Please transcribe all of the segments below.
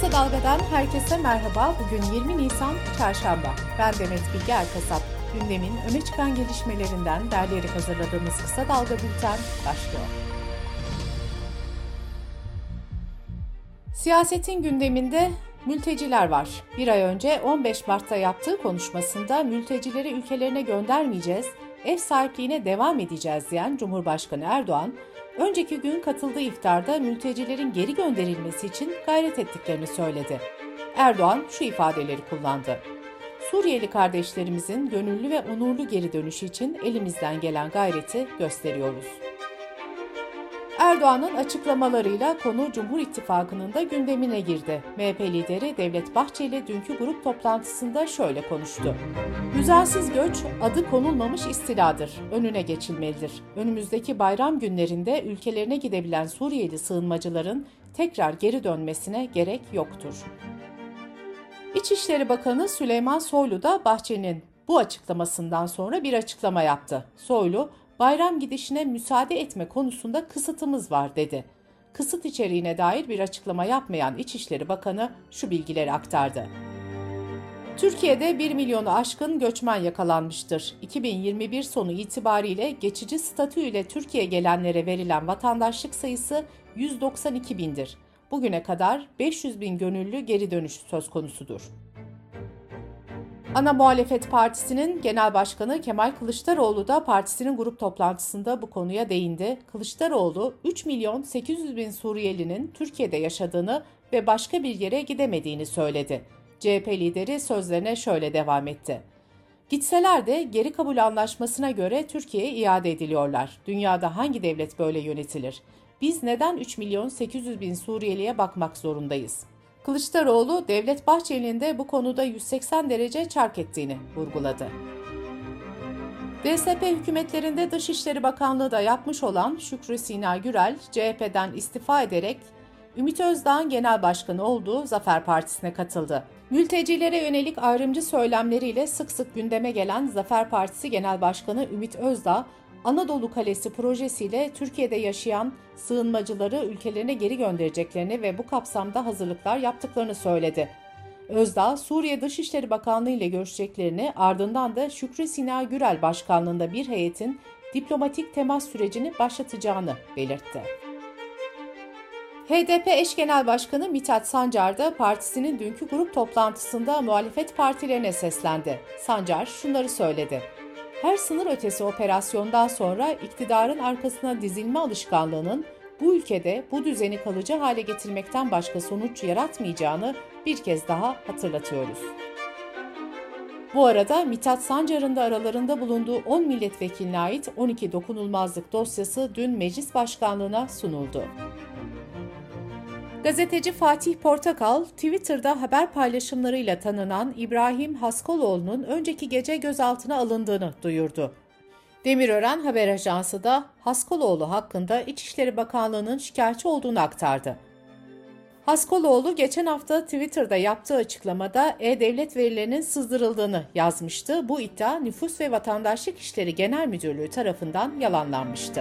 Kısa Dalga'dan herkese merhaba. Bugün 20 Nisan Çarşamba. Ben Demet Bilge Erkasap. Gündemin öne çıkan gelişmelerinden derleyerek hazırladığımız Kısa Dalga bülten başlıyor. Siyasetin gündeminde mülteciler var. Bir ay önce 15 Mart'ta yaptığı konuşmasında mültecileri ülkelerine göndermeyeceğiz, ev sahipliğine devam edeceğiz diyen Cumhurbaşkanı Erdoğan, önceki gün katıldığı iftarda mültecilerin geri gönderilmesi için gayret ettiklerini söyledi. Erdoğan şu ifadeleri kullandı. Suriyeli kardeşlerimizin gönüllü ve onurlu geri dönüşü için elimizden gelen gayreti gösteriyoruz. Erdoğan'ın açıklamalarıyla konu Cumhur İttifakı'nın da gündemine girdi. MHP lideri Devlet Bahçeli dünkü grup toplantısında şöyle konuştu. Düzensiz göç adı konulmamış istiladır, önüne geçilmelidir. Önümüzdeki bayram günlerinde ülkelerine gidebilen Suriyeli sığınmacıların tekrar geri dönmesine gerek yoktur. İçişleri Bakanı Süleyman Soylu da Bahçeli'nin bu açıklamasından sonra bir açıklama yaptı. Soylu, bayram gidişine müsaade etme konusunda kısıtımız var dedi. Kısıt içeriğine dair bir açıklama yapmayan İçişleri Bakanı şu bilgileri aktardı. Türkiye'de 1 milyonu aşkın göçmen yakalanmıştır. 2021 sonu itibariyle geçici statü ile Türkiye'ye gelenlere verilen vatandaşlık sayısı 192 bindir. Bugüne kadar 500 bin gönüllü geri dönüş söz konusudur. Ana Muhalefet Partisi'nin Genel Başkanı Kemal Kılıçdaroğlu da partisinin grup toplantısında bu konuya değindi. Kılıçdaroğlu, 3 milyon 800 bin Suriyelinin Türkiye'de yaşadığını ve başka bir yere gidemediğini söyledi. CHP lideri sözlerine şöyle devam etti. Gitseler de geri kabul anlaşmasına göre Türkiye'ye iade ediliyorlar. Dünyada hangi devlet böyle yönetilir? Biz neden 3 milyon 800 bin Suriyeliye bakmak zorundayız? Kılıçdaroğlu, Devlet Bahçeli'nin de bu konuda 180 derece çark ettiğini vurguladı. DSP hükümetlerinde Dışişleri Bakanlığı da yapmış olan Şükrü Sina Gürel, CHP'den istifa ederek Ümit Özdağ'ın genel başkanı olduğu Zafer Partisi'ne katıldı. Mültecilere yönelik ayrımcı söylemleriyle sık sık gündeme gelen Zafer Partisi Genel Başkanı Ümit Özdağ, Anadolu Kalesi projesiyle Türkiye'de yaşayan sığınmacıları ülkelerine geri göndereceklerini ve bu kapsamda hazırlıklar yaptıklarını söyledi. Özdağ, Suriye Dışişleri Bakanlığı ile görüşeceklerini, ardından da Şükrü Sina Gürel başkanlığında bir heyetin diplomatik temas sürecini başlatacağını belirtti. HDP eş genel başkanı Mithat Sancar da partisinin dünkü grup toplantısında muhalefet partilerine seslendi. Sancar şunları söyledi. Her sınır ötesi operasyondan sonra iktidarın arkasına dizilme alışkanlığının bu ülkede bu düzeni kalıcı hale getirmekten başka sonuç yaratmayacağını bir kez daha hatırlatıyoruz. Bu arada Mithat Sancar'ın da aralarında bulunduğu 10 milletvekiline ait 12 dokunulmazlık dosyası dün meclis başkanlığına sunuldu. Gazeteci Fatih Portakal, Twitter'da haber paylaşımlarıyla tanınan İbrahim Haskaloğlu'nun önceki gece gözaltına alındığını duyurdu. Demirören Haber Ajansı da Haskaloğlu hakkında İçişleri Bakanlığı'nın şikayetçi olduğunu aktardı. Haskaloğlu geçen hafta Twitter'da yaptığı açıklamada E-Devlet verilerinin sızdırıldığını yazmıştı. Bu iddia Nüfus ve Vatandaşlık İşleri Genel Müdürlüğü tarafından yalanlanmıştı.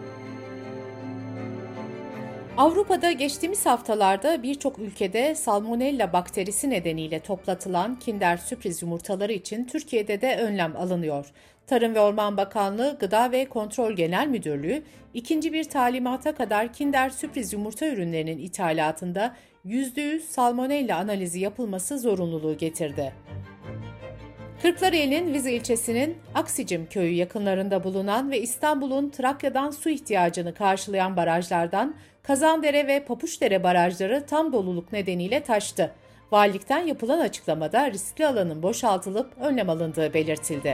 Avrupa'da geçtiğimiz haftalarda birçok ülkede salmonella bakterisi nedeniyle toplatılan Kinder sürpriz yumurtaları için Türkiye'de de önlem alınıyor. Tarım ve Orman Bakanlığı Gıda ve Kontrol Genel Müdürlüğü, ikinci bir talimata kadar Kinder sürpriz yumurta ürünlerinin ithalatında %100 salmonella analizi yapılması zorunluluğu getirdi. Kırklareli'nin Vize ilçesinin Aksicim köyü yakınlarında bulunan ve İstanbul'un Trakya'dan su ihtiyacını karşılayan barajlardan Kazandere ve Papuçdere barajları tam doluluk nedeniyle taştı. Valilikten yapılan açıklamada riskli alanın boşaltılıp önlem alındığı belirtildi.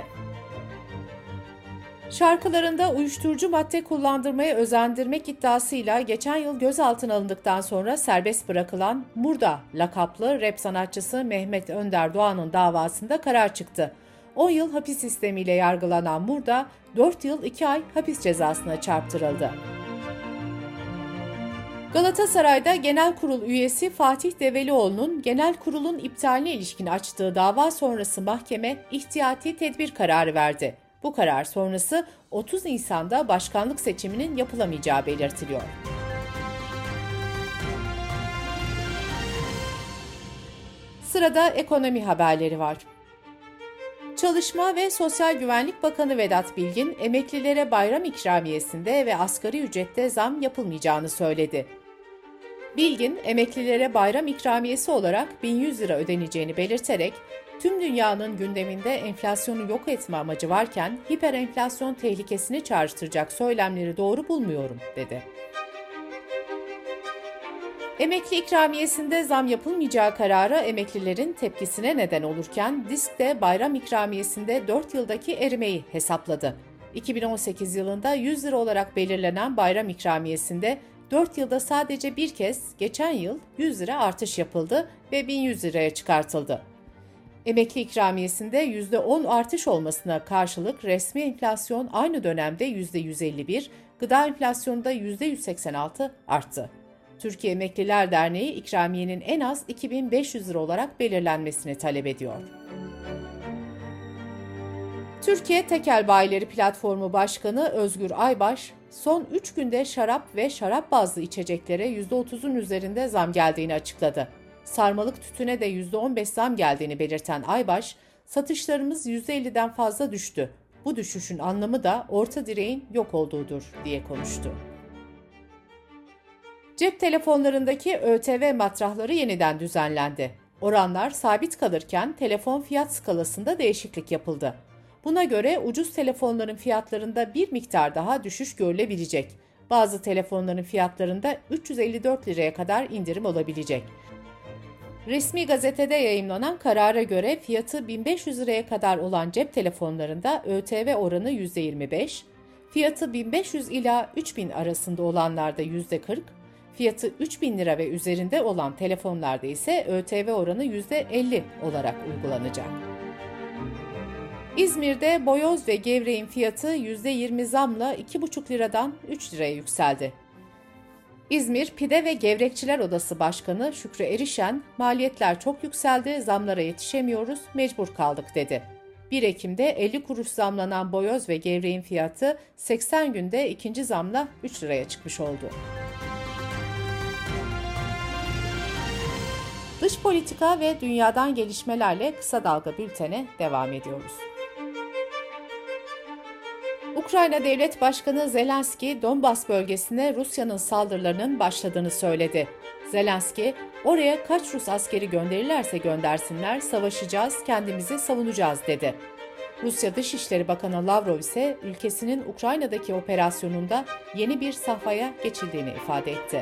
Şarkılarında uyuşturucu madde kullandırmaya özendirmek iddiasıyla geçen yıl gözaltına alındıktan sonra serbest bırakılan Murda lakaplı rap sanatçısı Mehmet Önder Doğan'ın davasında karar çıktı. 10 yıl hapis sistemiyle yargılanan Murda, 4 yıl 2 ay hapis cezasına çarptırıldı. Galatasaray'da Genel Kurul üyesi Fatih Develioğlu'nun Genel Kurul'un iptaline ilişkin açtığı dava sonrası mahkeme ihtiyati tedbir kararı verdi. Bu karar sonrası 30 Nisan'da başkanlık seçiminin yapılamayacağı belirtiliyor. Sırada ekonomi haberleri var. Çalışma ve Sosyal Güvenlik Bakanı Vedat Bilgin, emeklilere bayram ikramiyesinde ve asgari ücrette zam yapılmayacağını söyledi. Bilgin, emeklilere bayram ikramiyesi olarak 1100 lira ödeneceğini belirterek, tüm dünyanın gündeminde enflasyonu yok etme amacı varken hiperenflasyon tehlikesini çağrıştıracak söylemleri doğru bulmuyorum, dedi. Emekli ikramiyesinde zam yapılmayacağı kararı emeklilerin tepkisine neden olurken DİSK de bayram ikramiyesinde 4 yıldaki erimeyi hesapladı. 2018 yılında 100 lira olarak belirlenen bayram ikramiyesinde 4 yılda sadece bir kez geçen yıl 100 lira artış yapıldı ve 1100 liraya çıkartıldı. Emekli ikramiyesinde %10 artış olmasına karşılık resmi enflasyon aynı dönemde %151, gıda enflasyonu da %186 arttı. Türkiye Emekliler Derneği ikramiyenin en az 2.500 lira olarak belirlenmesini talep ediyor. Türkiye Tekel Bayileri Platformu Başkanı Özgür Aybaş, son 3 günde şarap ve şarap bazlı içeceklere %30'un üzerinde zam geldiğini açıkladı. Sarmalık tütüne de %15 zam geldiğini belirten Aybaş, satışlarımız %50'den fazla düştü. Bu düşüşün anlamı da orta direğin yok olduğudur, diye konuştu. Cep telefonlarındaki ÖTV matrahları yeniden düzenlendi. Oranlar sabit kalırken telefon fiyat skalasında değişiklik yapıldı. Buna göre ucuz telefonların fiyatlarında bir miktar daha düşüş görülebilecek. Bazı telefonların fiyatlarında 354 liraya kadar indirim olabilecek. Resmi gazetede yayımlanan karara göre fiyatı 1500 liraya kadar olan cep telefonlarında ÖTV oranı %25, fiyatı 1500 ila 3000 arasında olanlarda %40, fiyatı 3000 lira ve üzerinde olan telefonlarda ise ÖTV oranı %50 olarak uygulanacak. İzmir'de boyoz ve gevreğin fiyatı %20 zamla 2,5 liradan 3 liraya yükseldi. İzmir Pide ve Gevrekçiler Odası Başkanı Şükrü Erişen, maliyetler çok yükseldi, zamlara yetişemiyoruz, mecbur kaldık, dedi. 1 Ekim'de 50 kuruş zamlanan boyoz ve gevreğin fiyatı 80 günde ikinci zamla 3 liraya çıkmış oldu. Dış politika ve dünyadan gelişmelerle kısa dalga bültene devam ediyoruz. Ukrayna Devlet Başkanı Zelenski, Donbas bölgesine Rusya'nın saldırılarının başladığını söyledi. Zelenski, oraya kaç Rus askeri gönderirlerse göndersinler, savaşacağız, kendimizi savunacağız, dedi. Rusya Dışişleri Bakanı Lavrov ise ülkesinin Ukrayna'daki operasyonunda yeni bir safhaya geçildiğini ifade etti.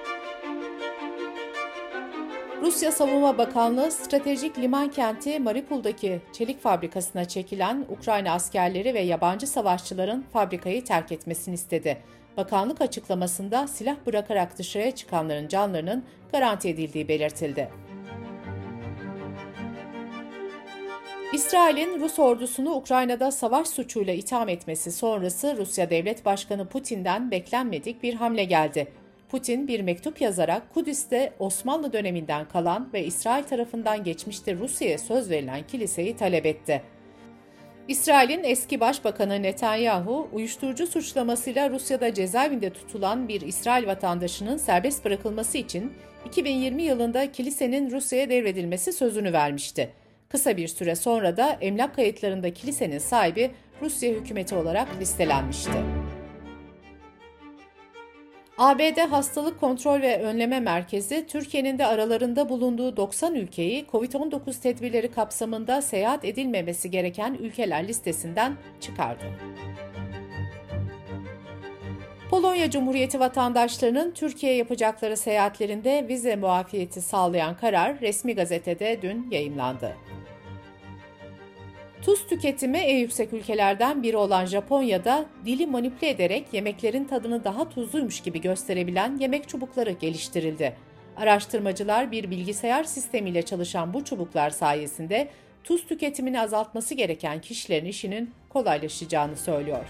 Rusya Savunma Bakanlığı, stratejik liman kenti Mariupol'daki çelik fabrikasına çekilen Ukrayna askerleri ve yabancı savaşçıların fabrikayı terk etmesini istedi. Bakanlık açıklamasında silah bırakarak dışarıya çıkanların canlarının garanti edildiği belirtildi. İsrail'in Rus ordusunu Ukrayna'da savaş suçuyla itham etmesi sonrası Rusya Devlet Başkanı Putin'den beklenmedik bir hamle geldi. Putin bir mektup yazarak Kudüs'te Osmanlı döneminden kalan ve İsrail tarafından geçmişte Rusya'ya söz verilen kiliseyi talep etti. İsrail'in eski başbakanı Netanyahu, uyuşturucu suçlamasıyla Rusya'da cezaevinde tutulan bir İsrail vatandaşının serbest bırakılması için 2020 yılında kilisenin Rusya'ya devredilmesi sözünü vermişti. Kısa bir süre sonra da emlak kayıtlarında kilisenin sahibi Rusya hükümeti olarak listelenmişti. ABD Hastalık Kontrol ve Önleme Merkezi, Türkiye'nin de aralarında bulunduğu 90 ülkeyi COVID-19 tedbirleri kapsamında seyahat edilmemesi gereken ülkeler listesinden çıkardı. Polonya Cumhuriyeti vatandaşlarının Türkiye'ye yapacakları seyahatlerinde vize muafiyeti sağlayan karar resmi gazetede dün yayımlandı. Tuz tüketimi en yüksek ülkelerden biri olan Japonya'da dili manipüle ederek yemeklerin tadını daha tuzluymuş gibi gösterebilen yemek çubukları geliştirildi. Araştırmacılar bir bilgisayar sistemiyle çalışan bu çubuklar sayesinde tuz tüketimini azaltması gereken kişilerin işinin kolaylaşacağını söylüyor.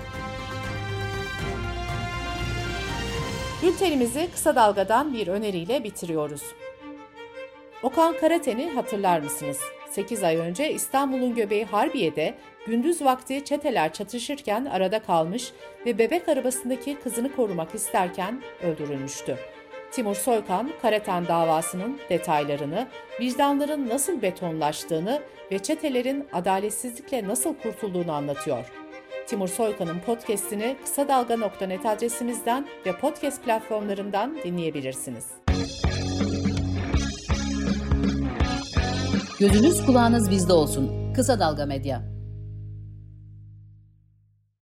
Bültenimizi kısa dalgadan bir öneriyle bitiriyoruz. Okan Karaten'i hatırlar mısınız? 8 ay önce İstanbul'un göbeği Harbiye'de gündüz vakti çeteler çatışırken arada kalmış ve bebek arabasındaki kızını korumak isterken öldürülmüştü. Timur Soykan, Karatan davasının detaylarını, vicdanların nasıl betonlaştığını ve çetelerin adaletsizlikle nasıl kurtulduğunu anlatıyor. Timur Soykan'ın podcast'ini kısadalga.net adresimizden ve podcast platformlarından dinleyebilirsiniz. Gözünüz kulağınız bizde olsun. Kısa Dalga Medya.